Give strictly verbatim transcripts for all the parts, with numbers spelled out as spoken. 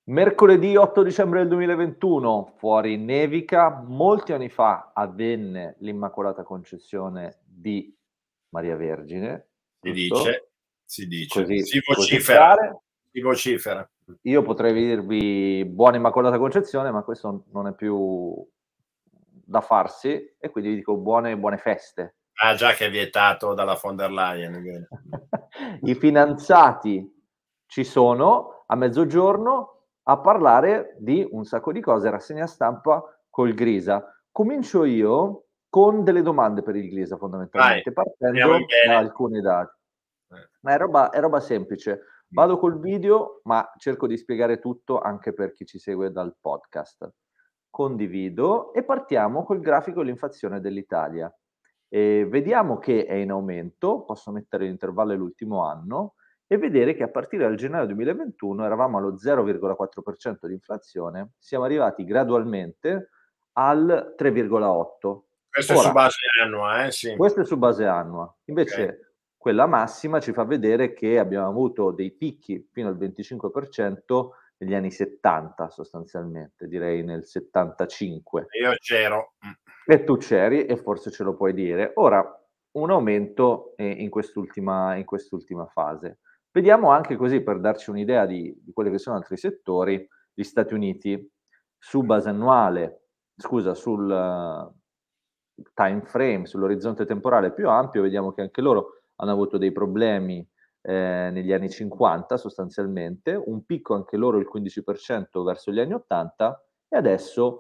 Mercoledì otto dicembre del duemilaventuno, fuori nevica. Molti anni fa avvenne l'Immacolata Concezione di Maria Vergine, Si giusto? dice, si dice, Così, si così vocifera, pare. si vocifera. Io potrei dirvi buona Immacolata Concezione, ma questo non è più da farsi e quindi vi dico buone buone feste. Ah già, che è vietato dalla von der Leyen, è vero. I finanziati ci sono a mezzogiorno a parlare di un sacco di cose, rassegna stampa col Grisa. Comincio io con delle domande per il Grisa Vai, fondamentalmente, speriamo in partendo da bene. alcuni dati. Eh. Ma è roba è roba semplice. Mh. Vado col video, ma cerco di spiegare tutto anche per chi ci segue dal podcast. Condivido e partiamo col grafico dell'inflazione dell'Italia. Ehm, vediamo che è in aumento, posso mettere l'intervallo e l'ultimo anno e vedere che a partire dal gennaio duemilaventuno eravamo allo zero virgola quattro per cento di inflazione, siamo arrivati gradualmente al tre virgola otto. Questo è su Ora, base annua, eh, sì. questo è su base annua. Okay. Invece quella massima ci fa vedere che abbiamo avuto dei picchi fino al venticinque per cento negli anni 'settanta sostanzialmente, direi nel settantacinque. Io c'ero. Mh. E tu c'eri e forse ce lo puoi dire. Ora, un aumento, ehm, in quest'ultima in quest'ultima fase. Vediamo anche così per darci un'idea di di quelli che sono altri settori, gli Stati Uniti su base annuale scusa, sul time frame, sull'orizzonte temporale più ampio, vediamo che anche loro hanno avuto dei problemi, ehm, negli anni 'cinquanta sostanzialmente, un picco anche loro il quindici per cento verso gli anni 'ottanta e adesso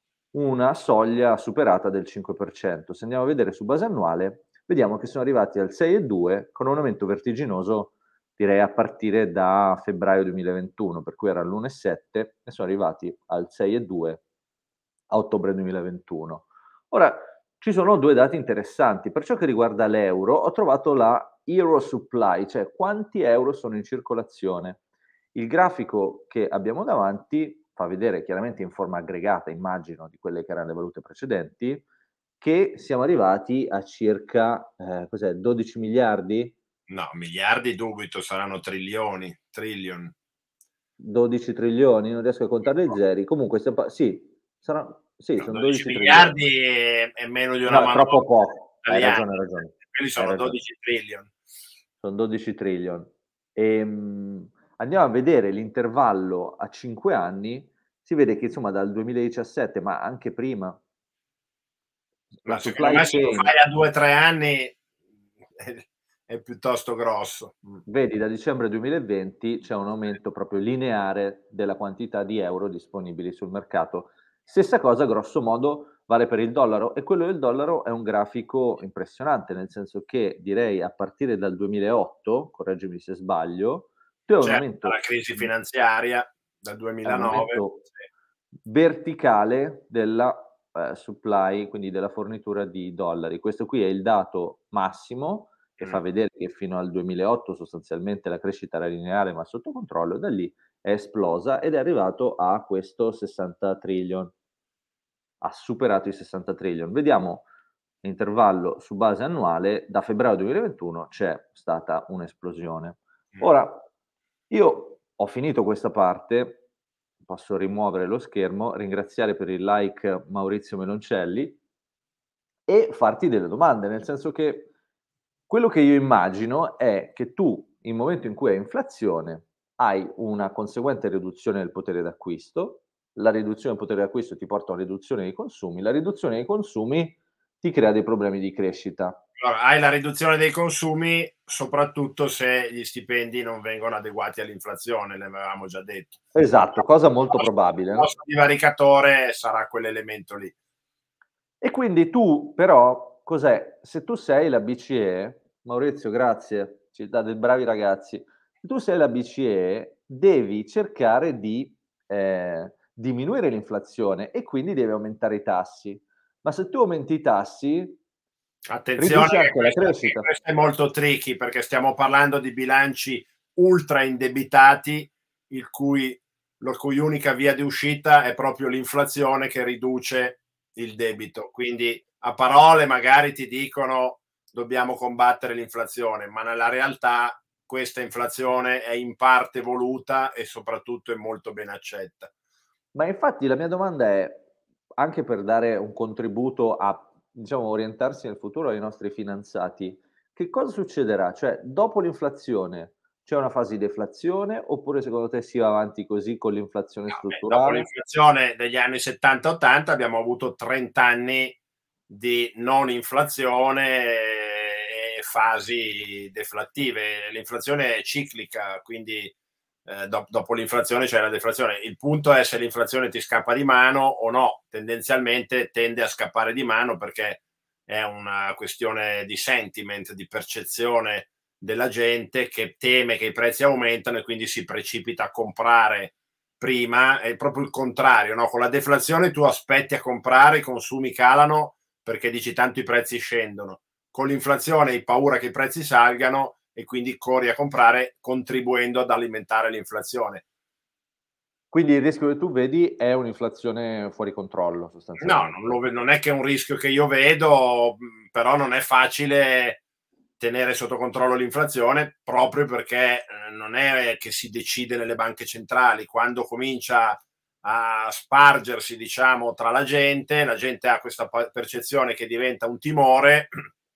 una soglia superata del cinque per cento. Se andiamo a vedere su base annuale, vediamo che sono arrivati al sei virgola due con un aumento vertiginoso, direi a partire da febbraio duemilaventuno, per cui era all'uno virgola sette e sono arrivati al sei virgola due a ottobre duemilaventuno. Ora, ci sono due dati interessanti. Per ciò che riguarda l'euro, ho trovato la euro supply, cioè quanti euro sono in circolazione. Il grafico che abbiamo davanti fa vedere chiaramente in forma aggregata, immagino, di quelle che erano le valute precedenti, che siamo arrivati a circa, ehm, cos'è, dodici miliardi? No, miliardi dubito, saranno trilioni, trillion. dodici trilioni? Non riesco a contare i zeri. Comunque stiam pa sì, saran sì, No, son dodici dodici trilioni. miliardi è è meno di una No, è troppo manovra poco. Hai italiana, ragione, hai ragione. quelli Hai sono ragione. dodici trillion. Son dodici trillion. Ehm, andiamo a vedere l'intervallo a cinque anni, si vede che insomma dal duemiladiciassette, ma anche prima la Ma secondo supply me se lo chain, fai a due tre anni è è piuttosto grosso. Mh. vedi da dicembre duemilaventi c'è un aumento proprio lineare della quantità di euro disponibili sul mercato. Stessa cosa grosso modo vale per il dollaro e quello del dollaro è un grafico impressionante, nel senso che direi a partire dal duemilaotto, correggimi se sbaglio, tu hai un Certo, dalla aumento crisi mh, finanziaria del è un duemilanove, aumento sì. verticale della, ehm, supply, quindi della fornitura di dollari. Questo qui è il dato massimo che fa Mh. vedere che fino al duemilaotto sostanzialmente la crescita era lineare ma sotto controllo, e da lì è esplosa ed è arrivato a questo sessanta trillion. Ha superato i sessanta trillion. Vediamo l'intervallo su base annuale, da febbraio duemilaventuno c'è stata un'esplosione. Mh. Ora, io ho finito questa parte, posso rimuovere lo schermo, ringraziare per il like Maurizio Meloncelli e farti delle domande, nel senso che quello che io immagino è che tu, in momento in cui hai inflazione, hai una conseguente riduzione del potere d'acquisto, la riduzione del potere d'acquisto ti porta a una riduzione dei consumi, la riduzione dei consumi ti crea dei problemi di crescita. Allora, hai la riduzione dei consumi, soprattutto se gli stipendi non vengono adeguati all'inflazione, ne avevamo già detto. Esatto, cosa Il molto costo il probabile, no? costo divaricatore sarà quell'elemento lì. E quindi tu però cos'è? Se tu sei la B C E, Maurizio grazie, ci dà dei bravi ragazzi. Se tu sei la B C E devi cercare di, ehm, diminuire l'inflazione e quindi devi aumentare i tassi. Ma se tu aumenti i tassi, Attenzione riduci che anche la questa che crescita. questo è molto tricky, perché stiamo parlando di bilanci ultra indebitati, il cui la cui unica via di uscita è proprio l'inflazione che riduce il debito. Quindi a parole magari ti dicono: "Dobbiamo combattere l'inflazione", ma nella realtà questa inflazione è in parte voluta e soprattutto è molto ben accetta. Ma infatti la mia domanda è, anche per dare un contributo a, diciamo, orientarsi nel futuro ai nostri finanziati, che cosa succederà? Cioè, dopo l'inflazione c'è una fase di deflazione oppure secondo te si va avanti così con l'inflazione No, beh, dopo strutturale? l'inflazione degli anni settanta ottanta abbiamo avuto trenta anni di non inflazione e fasi deflattive. L'inflazione è ciclica, quindi eh, do- dopo l'inflazione c'è la deflazione. Il punto è se l'inflazione ti scappa di mano o no. Tendenzialmente tende a scappare di mano perché è una questione di sentiment, di percezione della gente che teme che i prezzi aumentano e quindi si precipita a comprare prima. È proprio il contrario, no? Con la deflazione tu aspetti a comprare, i consumi calano perché dici tanto i prezzi scendono. Con l'inflazione hai paura che i prezzi salgano e quindi corri a comprare contribuendo ad alimentare l'inflazione. Quindi il rischio che tu vedi è un'inflazione fuori controllo No, sostanzialmente. non, lo, non è che è un rischio che io vedo, però non è facile tenere sotto controllo l'inflazione proprio perché eh, non è che si decide nelle banche centrali. Quando comincia a spargersi, diciamo, tra la gente, la gente ha questa percezione che diventa un timore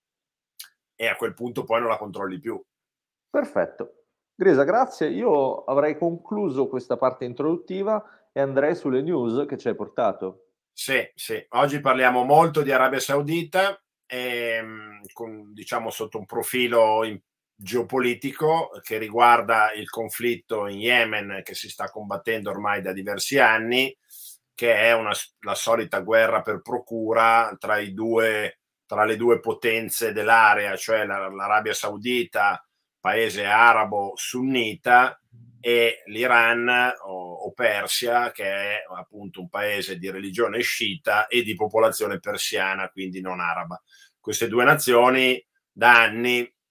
e a quel punto poi non la controlli più. Perfetto. Grisa, grazie. Io avrei concluso questa parte introduttiva e andrei sulle news che ci hai portato. Sì, sì. Oggi parliamo molto di Arabia Saudita, ehm, con, diciamo, sotto un profilo in, geopolitico che riguarda il conflitto in Yemen che si sta combattendo ormai da diversi anni, che è una, la solita guerra per procura tra, i due, tra le due potenze dell'area, cioè la, l'Arabia Saudita, paese arabo sunnita, e l'Iran o, o Persia, che è appunto un paese di religione sciita e di popolazione persiana, quindi non araba. Queste due nazioni da anni eh,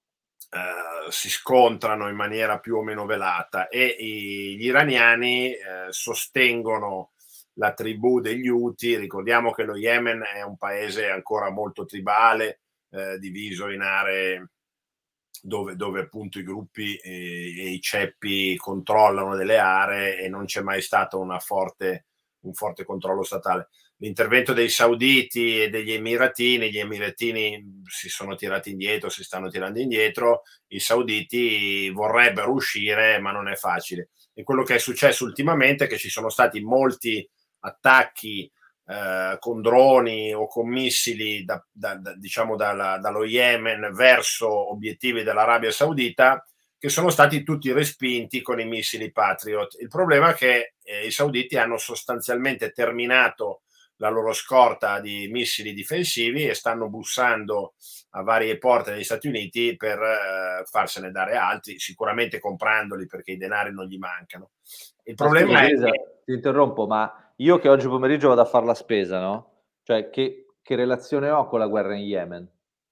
si scontrano in maniera più o meno velata e i, gli iraniani eh, sostengono la tribù degli Houthi. Ricordiamo che lo Yemen è un paese ancora molto tribale, eh, diviso in aree dove, dove appunto i gruppi e, e i ceppi controllano delle aree e non c'è mai stato una forte, un forte controllo statale. L'intervento dei sauditi e degli emiratini, gli emiratini si sono tirati indietro, si stanno tirando indietro, i sauditi vorrebbero uscire ma non è facile. E quello che è successo ultimamente è che ci sono stati molti attacchi eh, con droni o con missili da, da, da, diciamo dalla, dallo Yemen verso obiettivi dell'Arabia Saudita, che sono stati tutti respinti con i missili Patriot. Il problema è che eh, i sauditi hanno sostanzialmente terminato la loro scorta di missili difensivi e stanno bussando a varie porte degli Stati Uniti per eh, farsene dare altri, sicuramente comprandoli perché i denari non gli mancano. Il Ma scusa, problema è Grisa, che ti interrompo, ma io che oggi pomeriggio vado a fare la spesa, no? Cioè, che, che relazione ho con la guerra in Yemen?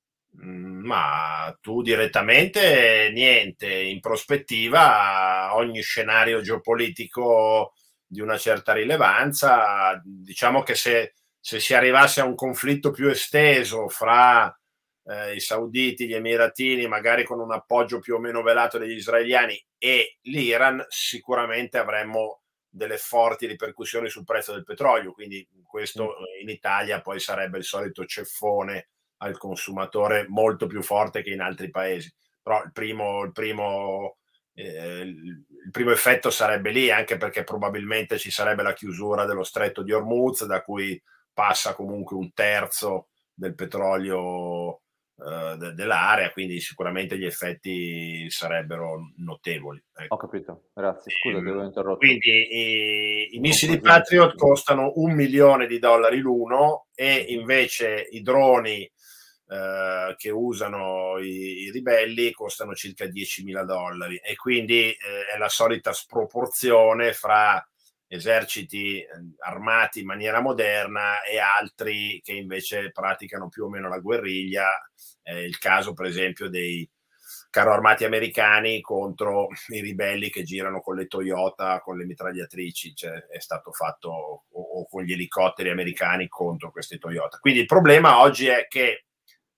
Ma tu direttamente niente, in prospettiva ogni scenario geopolitico di una certa rilevanza, diciamo che se, se si arrivasse a un conflitto più esteso fra eh, i sauditi, gli emiratini, magari con un appoggio più o meno velato degli israeliani e l'Iran, sicuramente avremmo delle forti ripercussioni sul prezzo del petrolio, quindi questo in Italia poi sarebbe il solito ceffone al consumatore molto più forte che in altri paesi. Però il primo, il primo, eh, il primo effetto sarebbe lì, anche perché probabilmente ci sarebbe la chiusura dello stretto di Hormuz, da cui passa comunque un terzo del petrolio eh, de- dell'area, quindi sicuramente gli effetti sarebbero notevoli. Ho Ecco. capito, grazie. Scusa, ti avevo interrotto. Quindi i, i In missili conclusione, Patriot costano un milione di dollari l'uno e invece i droni eh, che usano i, i ribelli costano circa diecimila dollari e quindi eh, è la solita sproporzione fra eserciti eh, armati in maniera moderna e altri che invece praticano più o meno la guerriglia. È il caso per esempio dei carro armati americani contro i ribelli che girano con le Toyota, con le mitragliatrici, cioè è stato fatto o, o con gli elicotteri americani contro queste Toyota. Quindi il problema oggi è che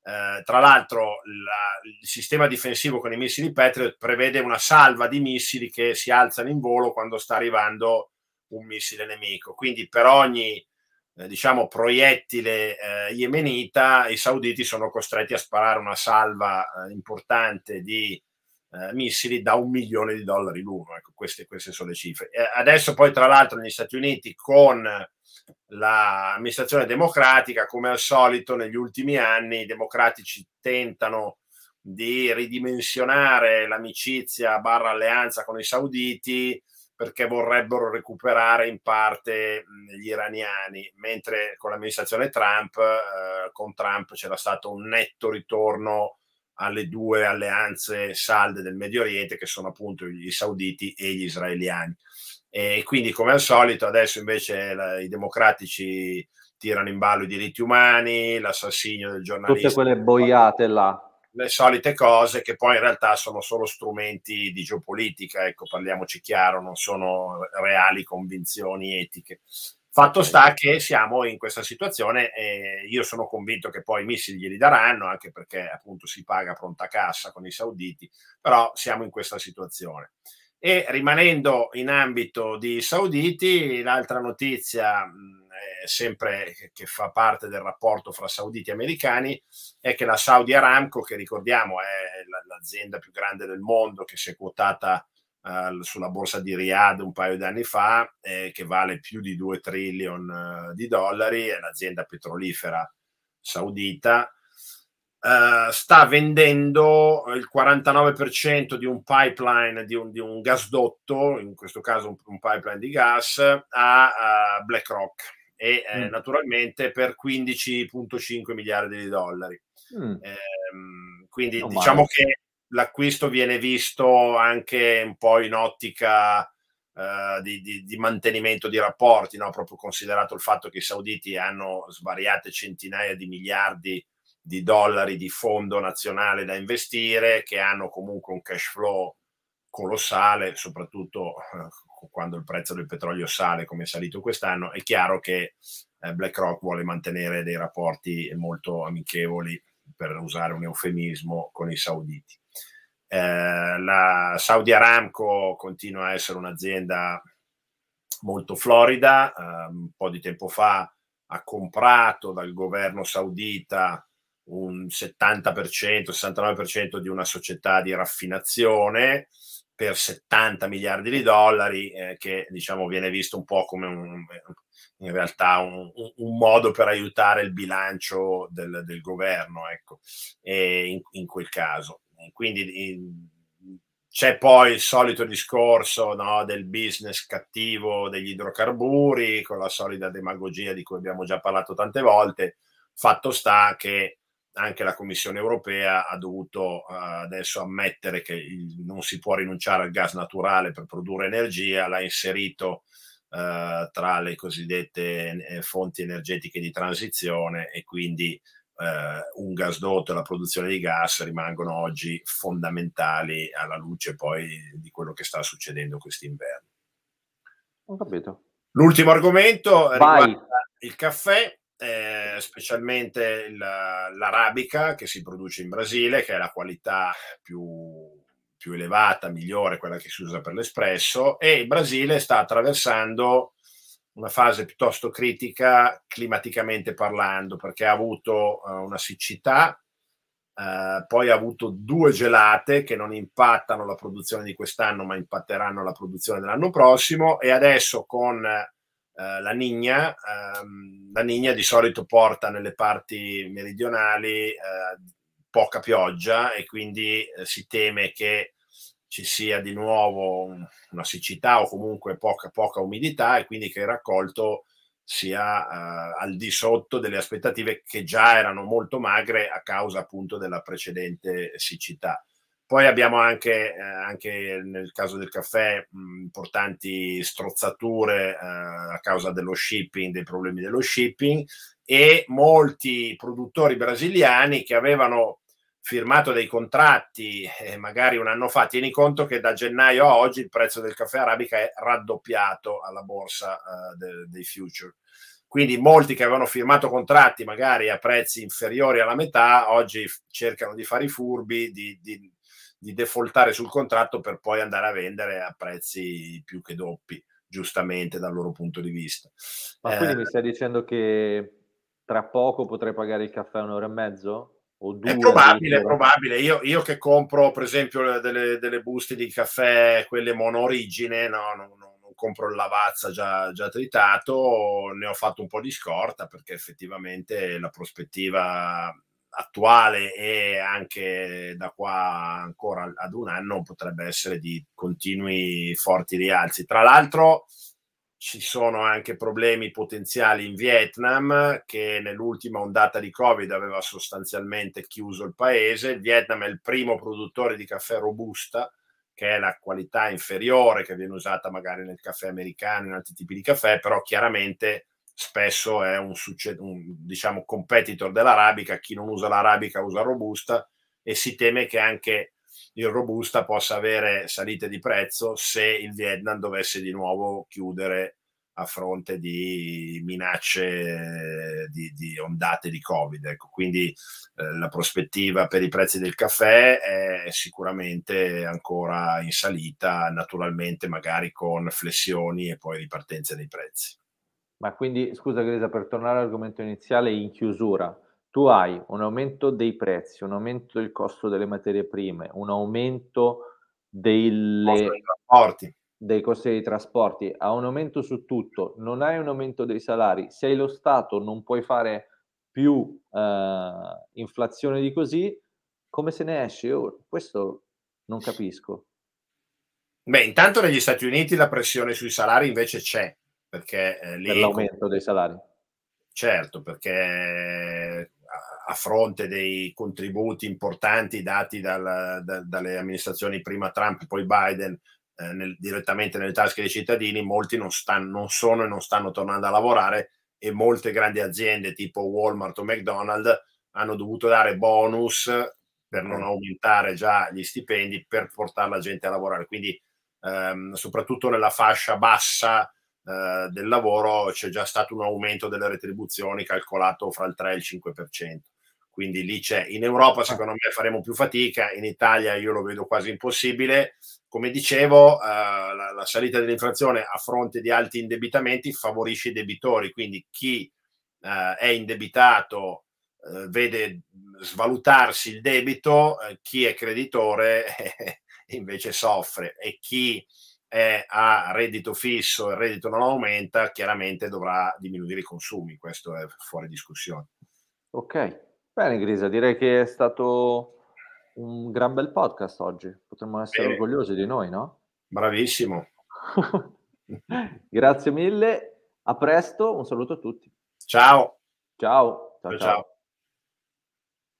Eh, tra l'altro la, il sistema difensivo con i missili Patriot prevede una salva di missili che si alzano in volo quando sta arrivando un missile nemico, quindi per ogni eh, diciamo proiettile eh, yemenita i sauditi sono costretti a sparare una salva eh, importante di eh, missili da un milione di dollari l'uno. Ecco, queste, queste sono le cifre. Eh, adesso poi tra l'altro negli Stati Uniti con l'amministrazione democratica, come al solito negli ultimi anni i democratici tentano di ridimensionare l'amicizia barra alleanza con i sauditi perché vorrebbero recuperare in parte gli iraniani, mentre con l'amministrazione Trump, eh, con Trump c'era stato un netto ritorno alle due alleanze salde del Medio Oriente, che sono appunto gli sauditi e gli israeliani. E quindi, come al solito, adesso invece la, i democratici tirano in ballo i diritti umani, l'assassinio del giornalista. Tutte quelle boiate là. Le solite cose che poi in realtà sono solo strumenti di geopolitica, ecco, parliamoci chiaro, non sono reali convinzioni etiche. Fatto sta che siamo in questa situazione e io sono convinto che poi i missili glieli daranno, anche perché appunto si paga pronta cassa con i sauditi, però siamo in questa situazione. E rimanendo in ambito di sauditi, l'altra notizia, eh, sempre che fa parte del rapporto fra sauditi e americani, è che la Saudi Aramco, che ricordiamo è l'azienda più grande del mondo, che si è quotata eh, sulla borsa di Riyadh un paio di anni fa, eh, che vale più di due trillion eh, di dollari, è l'azienda petrolifera saudita. Uh, sta vendendo il quarantanove per cento di un pipeline, di un, di un gasdotto, in questo caso un, un pipeline di gas, a, a BlackRock e mm. eh, naturalmente per quindici virgola cinque miliardi di dollari. Mm. Eh, quindi non diciamo male. Che l'acquisto viene visto anche un po' in ottica uh, di, di, di mantenimento di rapporti, no? Proprio considerato il fatto che i sauditi hanno svariate centinaia di miliardi di dollari di fondo nazionale da investire, che hanno comunque un cash flow colossale, soprattutto eh, quando il prezzo del petrolio sale come è salito quest'anno. È chiaro che eh, BlackRock vuole mantenere dei rapporti molto amichevoli, per usare un eufemismo, con i sauditi. Eh, la Saudi Aramco continua a essere un'azienda molto florida. Eh, un po' di tempo fa ha comprato dal governo saudita un settanta per cento, sessantanove per cento di una società di raffinazione per settanta miliardi di dollari, eh, che diciamo viene visto un po' come un, in realtà un, un modo per aiutare il bilancio del, del governo, ecco, e in, in quel caso. Quindi in, c'è poi il solito discorso, no, del business cattivo degli idrocarburi, con la solita demagogia di cui abbiamo già parlato tante volte. Fatto sta che anche la Commissione europea ha dovuto uh, adesso ammettere che il, non si può rinunciare al gas naturale per produrre energia, l'ha inserito uh, tra le cosiddette eh, fonti energetiche di transizione, e quindi uh, un gasdotto e la produzione di gas rimangono oggi fondamentali alla luce poi di quello che sta succedendo quest'inverno. Ho capito. L'ultimo argomento Vai. riguarda il caffè. Eh, specialmente la, l'arabica che si produce in Brasile, che è la qualità più, più elevata, migliore, quella che si usa per l'espresso, e il Brasile sta attraversando una fase piuttosto critica climaticamente parlando, perché ha avuto uh, una siccità, uh, poi ha avuto due gelate che non impattano la produzione di quest'anno ma impatteranno la produzione dell'anno prossimo, e adesso con uh, Uh, la Niña, um, la Niña di solito porta nelle parti meridionali uh, poca pioggia, e quindi uh, si teme che ci sia di nuovo un, una siccità o comunque poca, poca umidità, e quindi che il raccolto sia uh, al di sotto delle aspettative, che già erano molto magre a causa appunto della precedente siccità. Poi abbiamo anche, eh, anche nel caso del caffè mh, importanti strozzature eh, a causa dello shipping, dei problemi dello shipping, e molti produttori brasiliani che avevano firmato dei contratti eh, magari un anno fa. Tieni conto che da gennaio a oggi il prezzo del caffè arabica è raddoppiato alla borsa eh, de, dei future. Quindi molti che avevano firmato contratti magari a prezzi inferiori alla metà, oggi cercano di fare i furbi, di, di, di defaultare sul contratto per poi andare a vendere a prezzi più che doppi, giustamente dal loro punto di vista. Ma eh, quindi mi stai dicendo che tra poco potrei pagare il caffè a un euro e mezzo? O due, è probabile, è probabile. Io, io che compro, per esempio, delle, delle buste di caffè, quelle mono origine, no, no, no, non compro il Lavazza già, già tritato, ne ho fatto un po' di scorta perché effettivamente la prospettiva attuale e anche da qua ancora ad un anno potrebbe essere di continui forti rialzi. Tra l'altro ci sono anche problemi potenziali in Vietnam, che nell'ultima ondata di Covid aveva sostanzialmente chiuso il paese. Il Vietnam è il primo produttore di caffè robusta, che è la qualità inferiore che viene usata magari nel caffè americano, in altri tipi di caffè, però chiaramente spesso è un, un diciamo competitor dell'arabica. Chi non usa l'arabica usa robusta, e si teme che anche il robusta possa avere salite di prezzo se il Vietnam dovesse di nuovo chiudere a fronte di minacce di, di ondate di Covid. Ecco, quindi eh, la prospettiva per i prezzi del caffè è sicuramente ancora in salita, naturalmente magari con flessioni e poi ripartenze dei prezzi. Ma quindi, scusa Grisa, per tornare all'argomento iniziale, in chiusura, tu hai un aumento dei prezzi, un aumento del costo delle materie prime, un aumento delle, trasporti. dei costi dei trasporti, ha un aumento su tutto, non hai un aumento dei salari, sei lo Stato, non puoi fare più eh, inflazione di così, come se ne esce? Io questo non capisco. Beh, intanto negli Stati Uniti la pressione sui salari invece c'è, perché eh, lì per l'aumento dei salari. Certo, perché a fronte dei contributi importanti dati dal, da, dalle amministrazioni prima Trump e poi Biden eh, nel, direttamente nelle tasche dei cittadini, molti non, stanno, non sono e non stanno tornando a lavorare, e molte grandi aziende tipo Walmart o McDonald's hanno dovuto dare bonus per non aumentare già gli stipendi, per portare la gente a lavorare. Quindi ehm, soprattutto nella fascia bassa Uh, del lavoro c'è già stato un aumento delle retribuzioni calcolato fra il tre e il cinque per cento. Quindi lì c'è. In Europa secondo me faremo più fatica, in Italia io lo vedo quasi impossibile. Come dicevo, uh, la, la salita dell'inflazione a fronte di alti indebitamenti favorisce i debitori, quindi chi uh, è indebitato uh, vede svalutarsi il debito, chi è creditore invece soffre, e chi è a reddito fisso e il reddito non aumenta, chiaramente dovrà diminuire i consumi. Questo è fuori discussione. Ok, bene Grisa, direi che è stato un gran bel podcast oggi, potremmo essere Bene. orgogliosi di noi, no? Bravissimo. Grazie mille, a presto, un saluto a tutti. Ciao. Ciao, ciao, ciao. ciao.